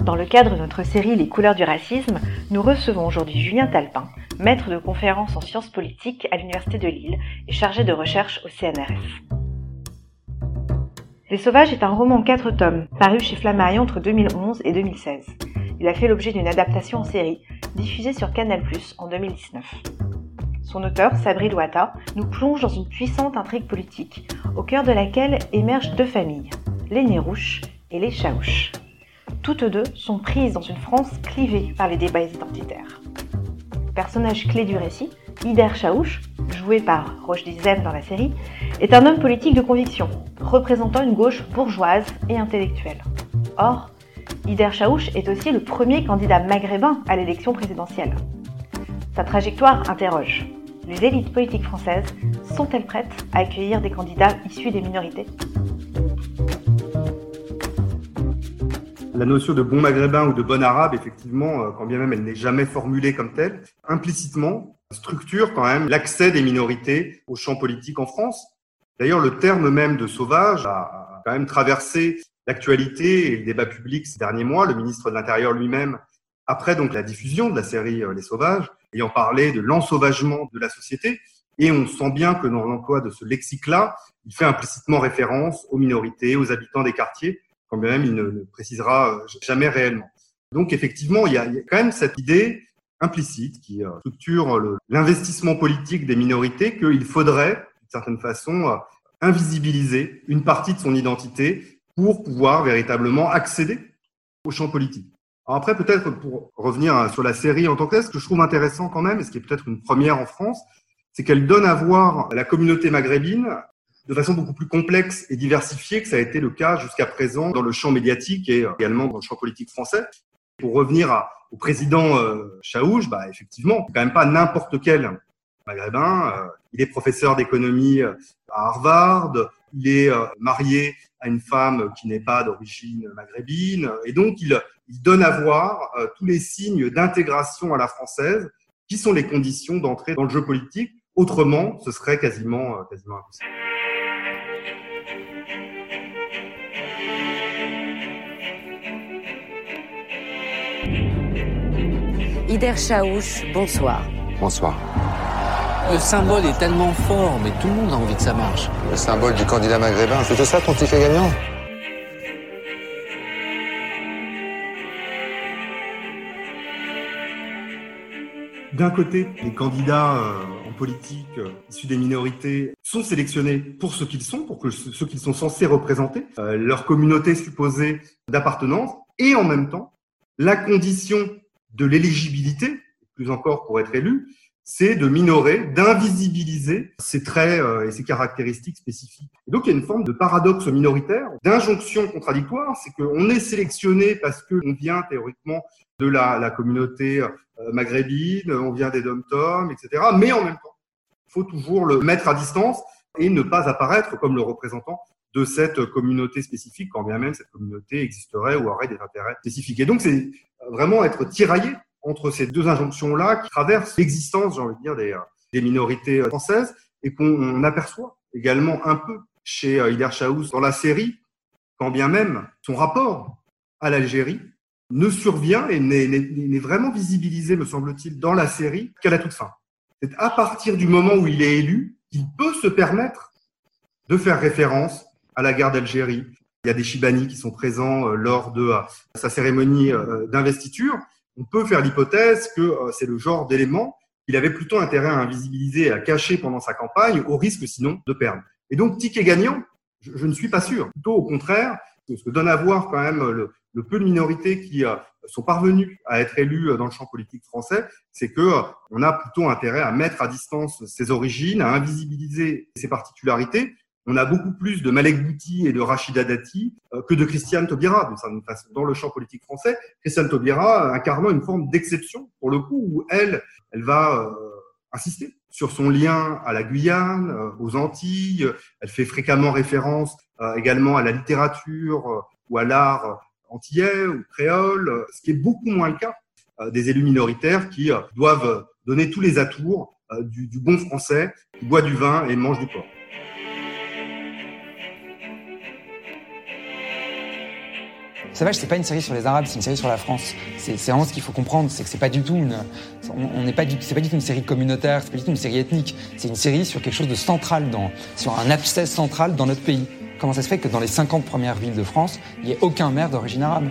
Dans le cadre de notre série Les couleurs du racisme, nous recevons aujourd'hui Julien Talpin, maître de conférences en sciences politiques à l'Université de Lille et chargé de recherche au CNRS. Les Sauvages est un roman en 4 tomes, paru chez Flammarion entre 2011 et 2016. Il a fait l'objet d'une adaptation en série, diffusée sur Canal+ en 2019. Son auteur, Sabri Louata, nous plonge dans une puissante intrigue politique, au cœur de laquelle émergent 2 familles, les Nérouches et les Chaouches. Toutes deux sont prises dans une France clivée par les débats identitaires. Personnage clé du récit, Ider Chaouch, joué par Rochdi Zem dans la série, est un homme politique de conviction, représentant une gauche bourgeoise et intellectuelle. Or, Ider Chaouch est aussi le premier candidat maghrébin à l'élection présidentielle. Sa trajectoire interroge. Les élites politiques françaises sont-elles prêtes à accueillir des candidats issus des minorités ? La notion de bon maghrébin ou de bon arabe, effectivement, quand bien même elle n'est jamais formulée comme telle, implicitement structure quand même l'accès des minorités au champ politique en France. D'ailleurs, le terme même de sauvage a quand même traversé l'actualité et le débat public ces derniers mois. Le ministre de l'Intérieur lui-même, après donc la diffusion de la série Les Sauvages, ayant parlé de l'ensauvagement de la société, et on sent bien que dans l'emploi de ce lexique-là, il fait implicitement référence aux minorités, aux habitants des quartiers, quand bien même il ne précisera jamais réellement. Donc effectivement, il y a quand même cette idée implicite qui structure l'investissement politique des minorités qu'il faudrait, d'une certaine façon, invisibiliser une partie de son identité pour pouvoir véritablement accéder au champ politique. Alors après, peut-être pour revenir sur la série en tant que telle, ce que je trouve intéressant quand même, et ce qui est peut-être une première en France, c'est qu'elle donne à voir la communauté maghrébine de façon beaucoup plus complexe et diversifiée que ça a été le cas jusqu'à présent dans le champ médiatique et également dans le champ politique français. Pour revenir au président Chaouch, effectivement, c'est quand même pas n'importe quel maghrébin. Il est professeur d'économie à Harvard, il est marié à une femme qui n'est pas d'origine maghrébine, et donc il donne à voir tous les signes d'intégration à la française qui sont les conditions d'entrée dans le jeu politique. Autrement, ce serait quasiment impossible. Ider Chaouch, bonsoir. Bonsoir. Le symbole est tellement fort, mais tout le monde a envie que ça marche. Le symbole du candidat maghrébin, c'était ça ton ticket gagnant ? D'un côté, les candidats en politique issus des minorités sont sélectionnés pour ce qu'ils sont, pour que ceux qu'ils sont censés représenter, leur communauté supposée d'appartenance, et en même temps, la condition de l'éligibilité, plus encore pour être élu, c'est de minorer, d'invisibiliser ses traits et ses caractéristiques spécifiques. Et donc, il y a une forme de paradoxe minoritaire, d'injonction contradictoire, c'est qu'on est sélectionné parce qu'on vient théoriquement de la communauté maghrébine, on vient des dom-toms, etc. Mais en même temps, il faut toujours le mettre à distance et ne pas apparaître comme le représentant de cette communauté spécifique, quand bien même cette communauté existerait ou aurait des intérêts spécifiques. Et donc, c'est vraiment être tiraillé entre ces 2 injonctions-là qui traversent l'existence, j'ai envie de dire, des minorités françaises et qu'on aperçoit également un peu chez Ider Chaouch dans la série, quand bien même son rapport à l'Algérie ne survient et n'est vraiment visibilisé, me semble-t-il, dans la série qu'à la toute fin. C'est à partir du moment où il est élu qu'il peut se permettre de faire référence à la guerre d'Algérie. Il y a des Chibani qui sont présents lors de sa cérémonie d'investiture. On peut faire l'hypothèse que c'est le genre d'élément qu'il avait plutôt intérêt à invisibiliser et à cacher pendant sa campagne, au risque sinon de perdre. Et donc, ticket gagnant, je ne suis pas sûr. Plutôt au contraire, ce que donne à voir quand même le peu de minorités qui sont parvenues à être élues dans le champ politique français, c'est que on a plutôt intérêt à mettre à distance ses origines, à invisibiliser ses particularités. On a beaucoup plus de Malek Bouti et de Rachida Dati que de Christiane Taubira, d'une certaine façon, dans le champ politique français. Christiane Taubira incarnant une forme d'exception, pour le coup, où elle va insister sur son lien à la Guyane, aux Antilles. Elle fait fréquemment référence également à la littérature ou à l'art antillais ou créole, ce qui est beaucoup moins le cas des élus minoritaires qui doivent donner tous les atours du bon français qui boit du vin et mange du porc. Savage, c'est pas une série sur les Arabes, c'est une série sur la France. C'est vraiment ce qu'il faut comprendre, c'est que c'est pas du tout c'est pas du tout une série communautaire, c'est pas du tout une série ethnique. C'est une série sur quelque chose de central, sur un abcès central dans notre pays. Comment ça se fait que dans les 50 premières villes de France, il n'y ait aucun maire d'origine arabe?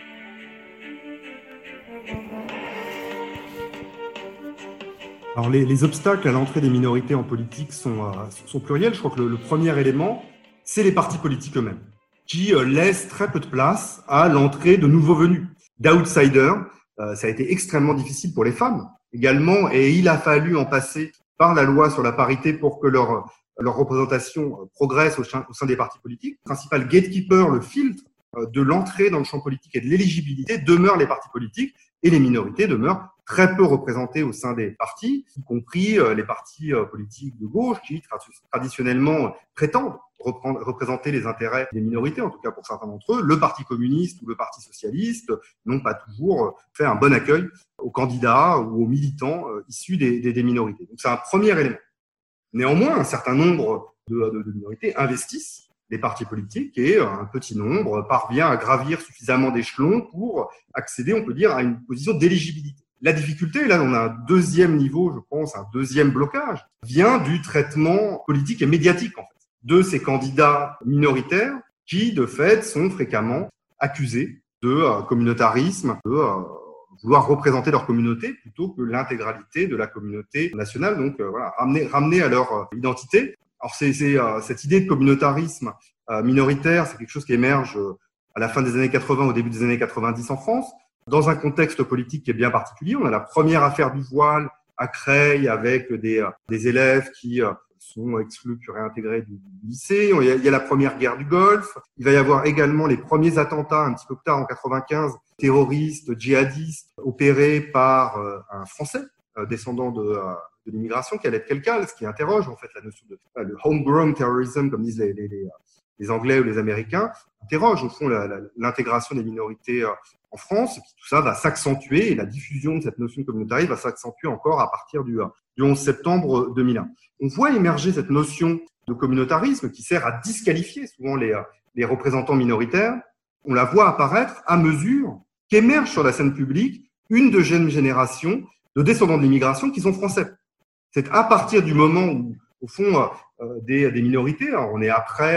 Alors les obstacles à l'entrée des minorités en politique sont pluriels. Je crois que le premier élément, c'est les partis politiques eux-mêmes, qui laissent très peu de place à l'entrée de nouveaux venus, d'outsiders. Ça a été extrêmement difficile pour les femmes également, et il a fallu en passer par la loi sur la parité pour que leur représentation progresse au sein des partis politiques. Le principal gatekeeper, le filtre de l'entrée dans le champ politique et de l'éligibilité demeurent les partis politiques, et les minorités demeurent très peu représentées au sein des partis, y compris les partis politiques de gauche qui traditionnellement prétendent représenter les intérêts des minorités, en tout cas pour certains d'entre eux. Le Parti communiste ou le Parti socialiste n'ont pas toujours fait un bon accueil aux candidats ou aux militants issus des minorités. Donc c'est un premier élément. Néanmoins, un certain nombre de minorités investissent les partis politiques et un petit nombre parvient à gravir suffisamment d'échelons pour accéder, on peut dire, à une position d'éligibilité. La difficulté, là on a un deuxième niveau, je pense, un deuxième blocage, vient du traitement politique et médiatique en fait, de ces candidats minoritaires qui, de fait, sont fréquemment accusés de communautarisme, de vouloir représenter leur communauté plutôt que l'intégralité de la communauté nationale, donc ramener à leur identité. Alors cette idée de communautarisme minoritaire, c'est quelque chose qui émerge à la fin des années 80, au début des années 90 en France, dans un contexte politique qui est bien particulier. On a la première affaire du voile à Creil avec des élèves qui sont exclus puis réintégrés du lycée. Il y a la première guerre du Golfe. Il va y avoir également les premiers attentats un petit peu plus tard en 95, terroristes, djihadistes, opérés par un Français descendant de l'immigration, qui allait être quelqu'un, ce qui interroge en fait la notion de le homegrown terrorism, comme disent les Anglais ou les Américains, interroge au fond l'intégration des minorités en France. Et puis tout ça va s'accentuer et la diffusion de cette notion de communautarisme va s'accentuer encore à partir du 11 septembre 2001. On voit émerger cette notion de communautarisme qui sert à disqualifier souvent les représentants minoritaires. On la voit apparaître à mesure qu'émerge sur la scène publique une deuxième génération de descendants de l'immigration qui sont français. C'est à partir du moment où, au fond, des minorités, alors on est après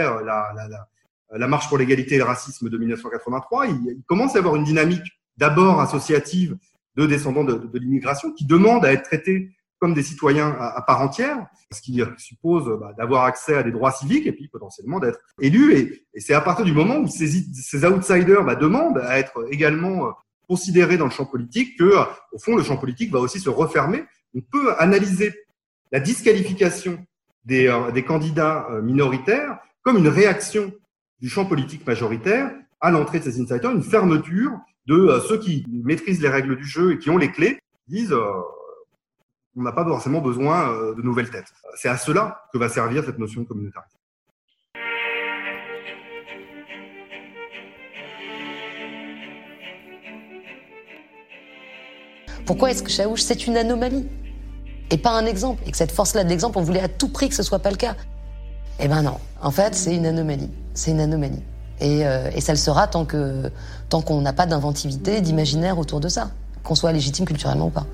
la marche pour l'égalité et le racisme de 1983, il commence à y avoir une dynamique d'abord associative de descendants de l'immigration qui demandent à être traités comme des citoyens à part entière, ce qui suppose d'avoir accès à des droits civiques et puis potentiellement d'être élus. Et c'est à partir du moment où ces outsiders demandent à être également considérés dans le champ politique que, au fond, le champ politique va aussi se refermer. On peut analyser la disqualification des candidats minoritaires comme une réaction du champ politique majoritaire à l'entrée de ces insiders, une fermeture de ceux qui maîtrisent les règles du jeu et qui ont les clés, disent on n'a pas forcément besoin de nouvelles têtes. C'est à cela que va servir cette notion de communautarisme. Pourquoi est-ce que Chaouch, c'est une anomalie et pas un exemple, et que cette force-là de l'exemple, on voulait à tout prix que ce soit pas le cas? Eh ben non, en fait, c'est une anomalie. C'est une anomalie. Et ça le sera tant qu'on n'a pas d'inventivité, d'imaginaire autour de ça, qu'on soit légitime culturellement ou pas.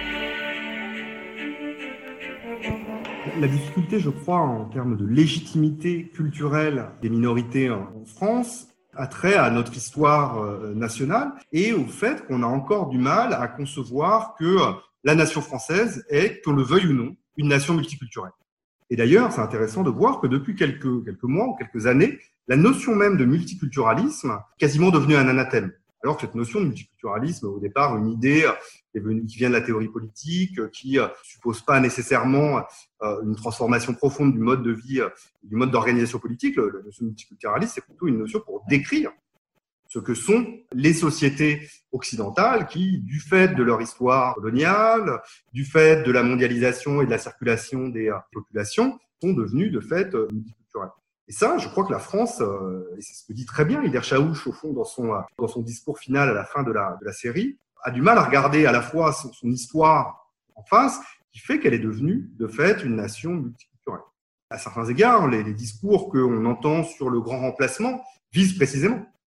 La difficulté, je crois, en termes de légitimité culturelle des minorités en France, a trait à notre histoire nationale et au fait qu'on a encore du mal à concevoir que la nation française est, qu'on le veuille ou non, une nation multiculturelle. Et d'ailleurs, c'est intéressant de voir que depuis quelques mois ou quelques années, la notion même de multiculturalisme est quasiment devenue un anathème. Alors que cette notion de multiculturalisme, au départ, une idée qui vient de la théorie politique, qui suppose pas nécessairement une transformation profonde du mode de vie, du mode d'organisation politique. La notion de multiculturalisme, c'est plutôt une notion pour décrire ce que sont les sociétés occidentales qui, du fait de leur histoire coloniale, du fait de la mondialisation et de la circulation des populations, sont devenues de fait multiculturelles. Et ça, je crois que la France, et c'est ce que dit très bien Ider Chaouch au fond dans son discours final à la fin de la série, a du mal à regarder à la fois son histoire en face, qui fait qu'elle est devenue de fait une nation multiculturelle. À certains égards, les discours qu'on entend sur le grand remplacement visent précisément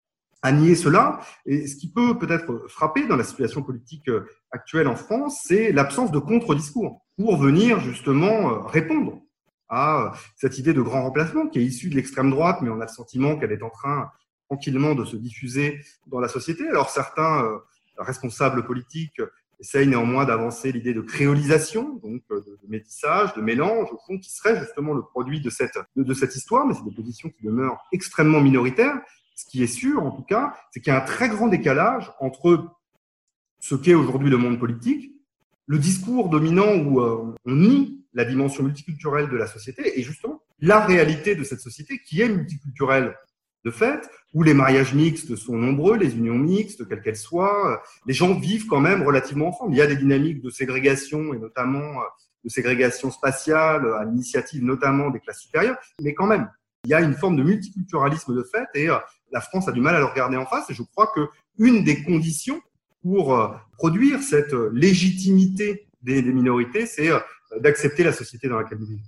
à nier cela. Et ce qui peut peut-être frapper dans la situation politique actuelle en France, c'est l'absence de contre-discours pour venir justement répondre à cette idée de grand remplacement qui est issue de l'extrême droite, mais on a le sentiment qu'elle est en train tranquillement de se diffuser dans la société. Alors certains responsables politiques essayent néanmoins d'avancer l'idée de créolisation, donc de métissage, de mélange, au fond, qui serait justement le produit de cette histoire, mais c'est des positions qui demeurent extrêmement minoritaires. Ce qui est sûr, en tout cas, c'est qu'il y a un très grand décalage entre ce qu'est aujourd'hui le monde politique, le discours dominant où on nie la dimension multiculturelle de la société, et justement la réalité de cette société qui est multiculturelle de fait, où les mariages mixtes sont nombreux, les unions mixtes, quelles qu'elles soient, les gens vivent quand même relativement ensemble. Il y a des dynamiques de ségrégation, et notamment de ségrégation spatiale, à l'initiative notamment des classes supérieures, mais quand même, il y a une forme de multiculturalisme de fait, et la France a du mal à le regarder en face, et je crois que une des conditions pour produire cette légitimité des minorités, c'est d'accepter la société dans laquelle nous vivons.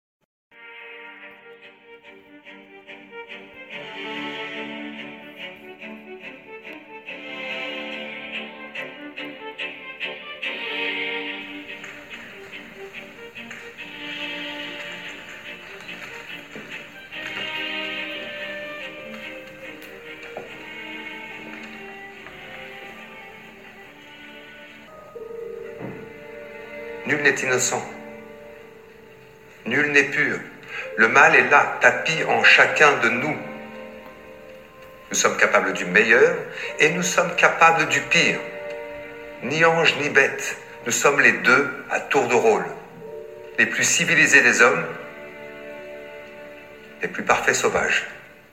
Nul n'est innocent. Nul n'est pur. Le mal est là, tapi en chacun de nous. Nous sommes capables du meilleur et nous sommes capables du pire. Ni ange ni bête, nous sommes les deux à tour de rôle. Les plus civilisés des hommes, les plus parfaits sauvages.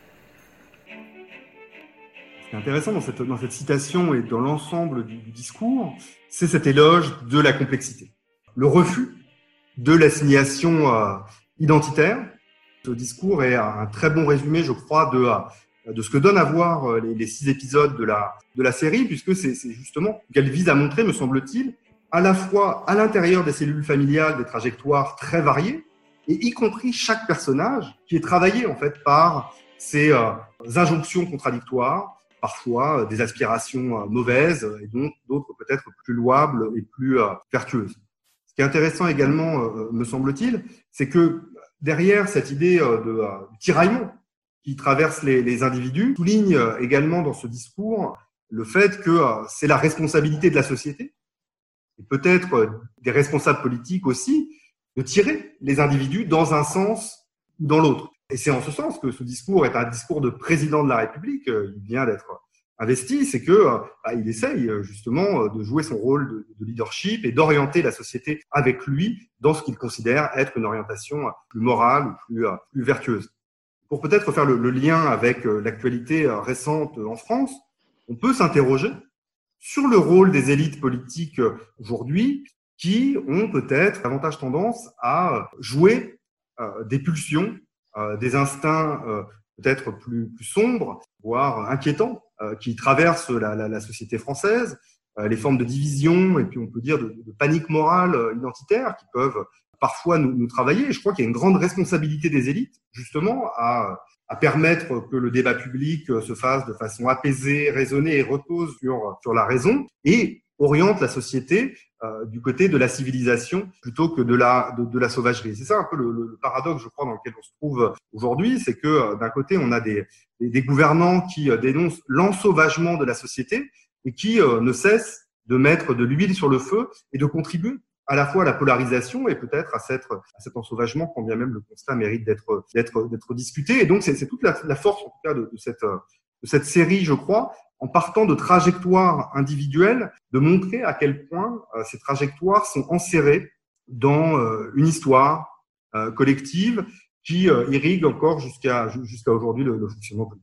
Ce qui est intéressant dans cette citation et dans l'ensemble du discours, c'est cet éloge de la complexité. Le refus de l'assignation identitaire. Ce discours est un très bon résumé, je crois, de ce que donnent à voir les 6 épisodes de la série, puisque c'est justement qu'elle vise à montrer, me semble-t-il, à la fois à l'intérieur des cellules familiales des trajectoires très variées, et y compris chaque personnage qui est travaillé en fait par ces injonctions contradictoires, parfois des aspirations mauvaises, et donc d'autres peut-être plus louables et plus vertueuses. Ce qui est intéressant également, me semble-t-il, c'est que derrière cette idée de tiraillement qui traverse les individus, souligne également dans ce discours le fait que c'est la responsabilité de la société, et peut-être des responsables politiques aussi, de tirer les individus dans un sens ou dans l'autre. Et c'est en ce sens que ce discours est un discours de président de la République, il vient d'être investi, c'est que il essaye justement de jouer son rôle de leadership et d'orienter la société avec lui dans ce qu'il considère être une orientation plus morale ou plus vertueuse. Pour peut-être faire le lien avec l'actualité récente en France, on peut s'interroger sur le rôle des élites politiques aujourd'hui qui ont peut-être davantage tendance à jouer des pulsions, des instincts peut-être plus sombres, voire inquiétants, qui traversent la société française, les formes de division et puis on peut dire de panique morale identitaire qui peuvent parfois nous travailler. Et je crois qu'il y a une grande responsabilité des élites justement à permettre que le débat public se fasse de façon apaisée, raisonnée et repose sur la raison et oriente la société du côté de la civilisation plutôt que de la sauvagerie. C'est ça un peu le paradoxe, je crois, dans lequel on se trouve aujourd'hui, c'est que d'un côté, on a des gouvernants qui dénoncent l'ensauvagement de la société et qui ne cessent de mettre de l'huile sur le feu et de contribuer à la fois à la polarisation et peut-être à cet ensauvagement, quand bien même le constat mérite d'être discuté. Et donc, c'est toute la force, en tout cas, de cette série, je crois, en partant de trajectoires individuelles, de montrer à quel point ces trajectoires sont enserrées dans une histoire collective qui irrigue encore jusqu'à aujourd'hui le fonctionnement politique.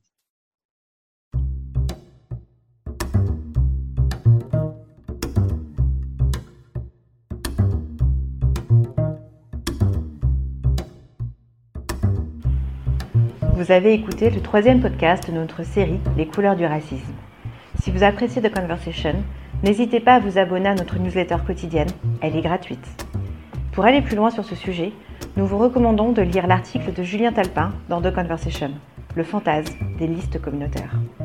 Vous avez écouté le 3e podcast de notre série Les couleurs du racisme. Si vous appréciez The Conversation, n'hésitez pas à vous abonner à notre newsletter quotidienne, elle est gratuite. Pour aller plus loin sur ce sujet, nous vous recommandons de lire l'article de Julien Talpin dans The Conversation, le fantasme des listes communautaires.